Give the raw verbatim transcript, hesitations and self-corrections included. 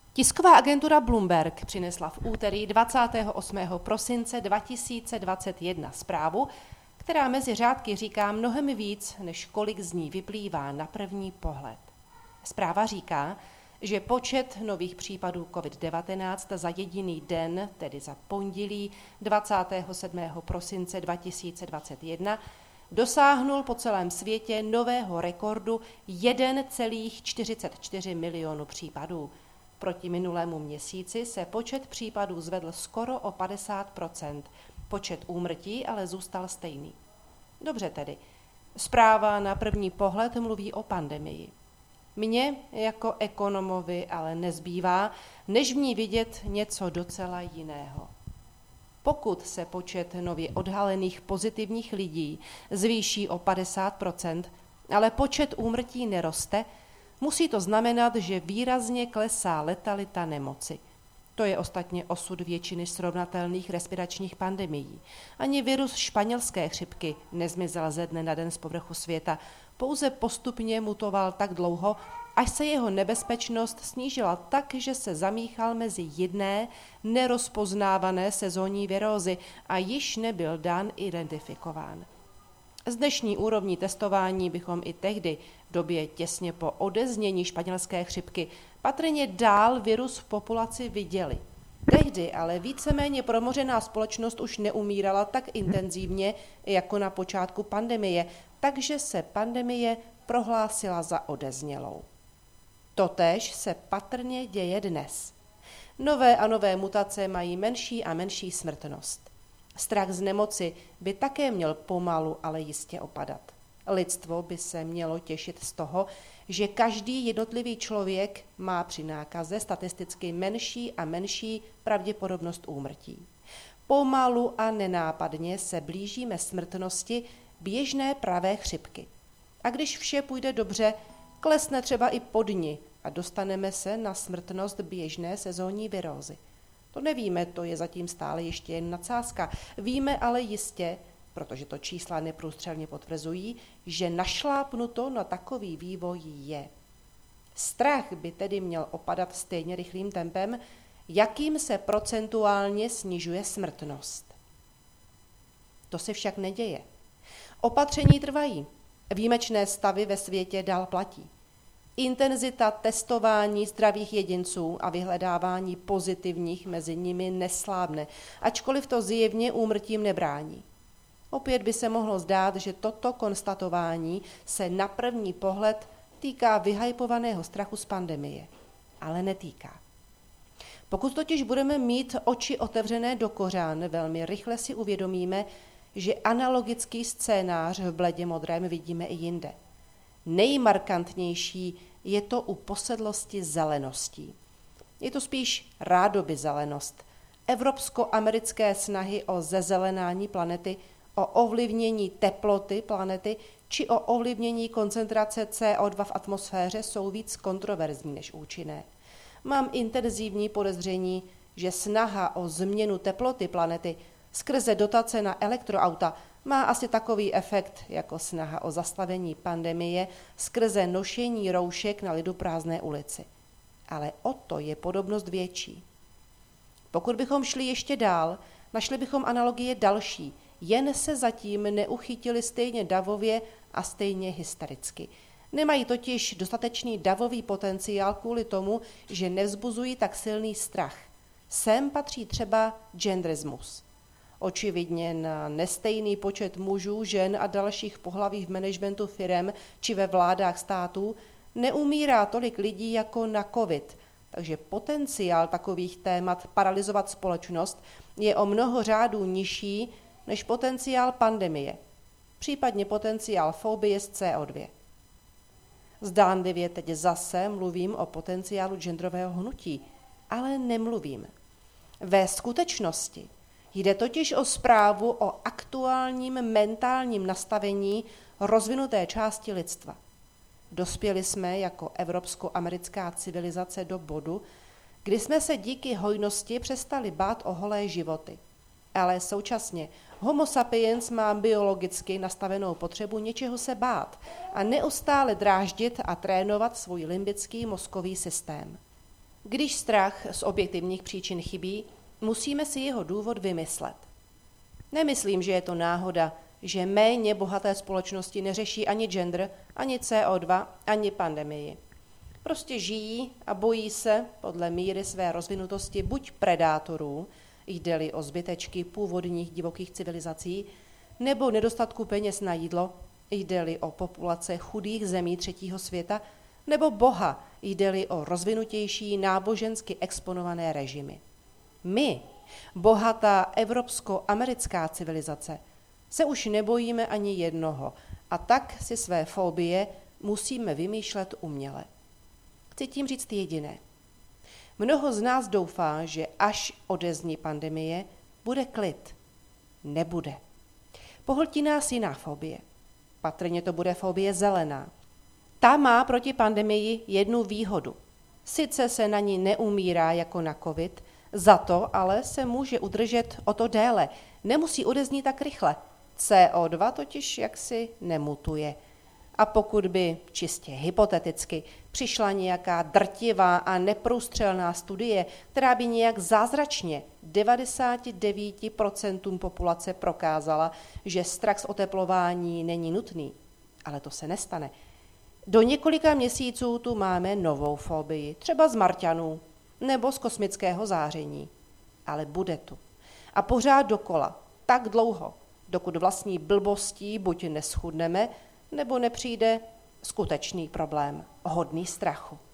Tisková agentura Bloomberg přinesla v úterý dvacátého osmého prosince dva tisíce dvacet jedna zprávu, která mezi řádky říká mnohem víc, než kolik z ní vyplývá na první pohled. Zpráva říká, že počet nových případů covid devatenáct za jediný den, tedy za pondělí dvacátého sedmého prosince dva tisíce dvacet jedna, dosáhnul po celém světě nového rekordu jedna celá čtyřicet čtyři milionu případů. Proti minulému měsíci se počet případů zvedl skoro o padesát procent, počet úmrtí ale zůstal stejný. Dobře tedy, zpráva na první pohled mluví o pandemii. Mně jako ekonomovi ale nezbývá, než v ní vidět něco docela jiného. Pokud se počet nově odhalených pozitivních lidí zvýší o padesát procent, ale počet úmrtí neroste, musí to znamenat, že výrazně klesá letalita nemoci. To je ostatně osud většiny srovnatelných respiračních pandemií. Ani virus španělské chřipky nezmizel ze dne na den z povrchu světa, pouze postupně mutoval tak dlouho, až se jeho nebezpečnost snížila tak, že se zamíchal mezi jedné nerozpoznávané sezónní virózy a již nebyl dán identifikován. Z dnešní úrovní testování bychom i tehdy, v době těsně po odeznění španělské chřipky, patrně dál virus v populaci viděli. Tehdy ale víceméně promořená společnost už neumírala tak intenzivně jako na počátku pandemie, takže se pandemie prohlásila za odeznělou. Totéž se patrně děje dnes. Nové a nové mutace mají menší a menší smrtnost. Strach z nemoci by také měl pomalu, ale jistě opadat. Lidstvo by se mělo těšit z toho, že každý jednotlivý člověk má při nákaze statisticky menší a menší pravděpodobnost úmrtí. Pomalu a nenápadně se blížíme smrtnosti běžné pravé chřipky. A když vše půjde dobře, klesne třeba i pod ní a dostaneme se na smrtnost běžné sezónní virózy. To nevíme, to je zatím stále ještě jen nadsázka. Víme ale jistě, protože to čísla neprůstřelně potvrzují, že našlápnuto na takový vývoj je. Strach by tedy měl opadat stejně rychlým tempem, jakým se procentuálně snižuje smrtnost. To se však neděje. Opatření trvají. Výjimečné stavy ve světě dál platí. Intenzita testování zdravých jedinců a vyhledávání pozitivních mezi nimi neslábne, ačkoliv to zjevně úmrtím nebrání. Opět by se mohlo zdát, že toto konstatování se na první pohled týká vyhypovaného strachu z pandemie, ale netýká. Pokud totiž budeme mít oči otevřené do kořán, velmi rychle si uvědomíme, že analogický scénář v bledě modrém vidíme i jinde. Nejmarkantnější je to u posedlosti zeleností. Je to spíš rádoby zelenost, evropsko-americké snahy o zezelenání planety, o ovlivnění teploty planety či o ovlivnění koncentrace C O dva v atmosféře jsou víc kontroverzní než účinné. Mám intenzivní podezření, že snaha o změnu teploty planety skrze dotace na elektroauta má asi takový efekt jako snaha o zastavení pandemie skrze nošení roušek na liduprázdné ulici. Ale o to je podobnost větší. Pokud bychom šli ještě dál, našli bychom analogie další, jen se zatím neuchytili stejně davově a stejně hystericky. Nemají totiž dostatečný davový potenciál kvůli tomu, že nevzbuzují tak silný strach. Sem patří třeba genderismus. Očividně na nestejný počet mužů, žen a dalších pohlaví v managementu firem či ve vládách států neumírá tolik lidí jako na covid, takže potenciál takových témat paralyzovat společnost je o mnoho řádů nižší než potenciál pandemie, případně potenciál fobie z C O dva. Zdánlivě teď zase mluvím o potenciálu genderového hnutí, ale nemluvím. Ve skutečnosti jde totiž o zprávu o aktuálním mentálním nastavení rozvinuté části lidstva. Dospěli jsme jako evropsko-americká civilizace do bodu, kdy jsme se díky hojnosti přestali bát o holé životy. Ale současně Homo sapiens má biologicky nastavenou potřebu něčeho se bát a neustále dráždit a trénovat svůj limbický mozkový systém. Když strach z objektivních příčin chybí, musíme si jeho důvod vymyslet. Nemyslím, že je to náhoda, že méně bohaté společnosti neřeší ani gender, ani C O dva, ani pandemii. Prostě žijí a bojí se, podle míry své rozvinutosti, buď predátorů, jde-li o zbytečky původních divokých civilizací, nebo nedostatku peněz na jídlo, jde-li o populace chudých zemí třetího světa, nebo Boha, jde-li o rozvinutější nábožensky exponované režimy. My, bohatá evropsko-americká civilizace, se už nebojíme ani jednoho a tak si své fobie musíme vymýšlet uměle. Chci tím říct jediné. Mnoho z nás doufá, že až odezní pandemie, bude klid. Nebude. Pohltí nás jiná fobie. Patrně to bude fobie zelená. Ta má proti pandemii jednu výhodu. Sice se na ní neumírá jako na covid, za to ale se může udržet o to déle. Nemusí odeznít tak rychle. C O dva totiž jaksi nemutuje. A pokud by, čistě hypoteticky, přišla nějaká drtivá a neprůstřelná studie, která by nějak zázračně devadesát devět procent populace prokázala, že strach z oteplování není nutný, ale to se nestane. Do několika měsíců tu máme novou fobii, třeba z Marťanů nebo z kosmického záření. Ale bude tu. A pořád dokola, tak dlouho, dokud vlastní blbostí buď neschudneme, nebo nepřijde skutečný problém, hodný strachu.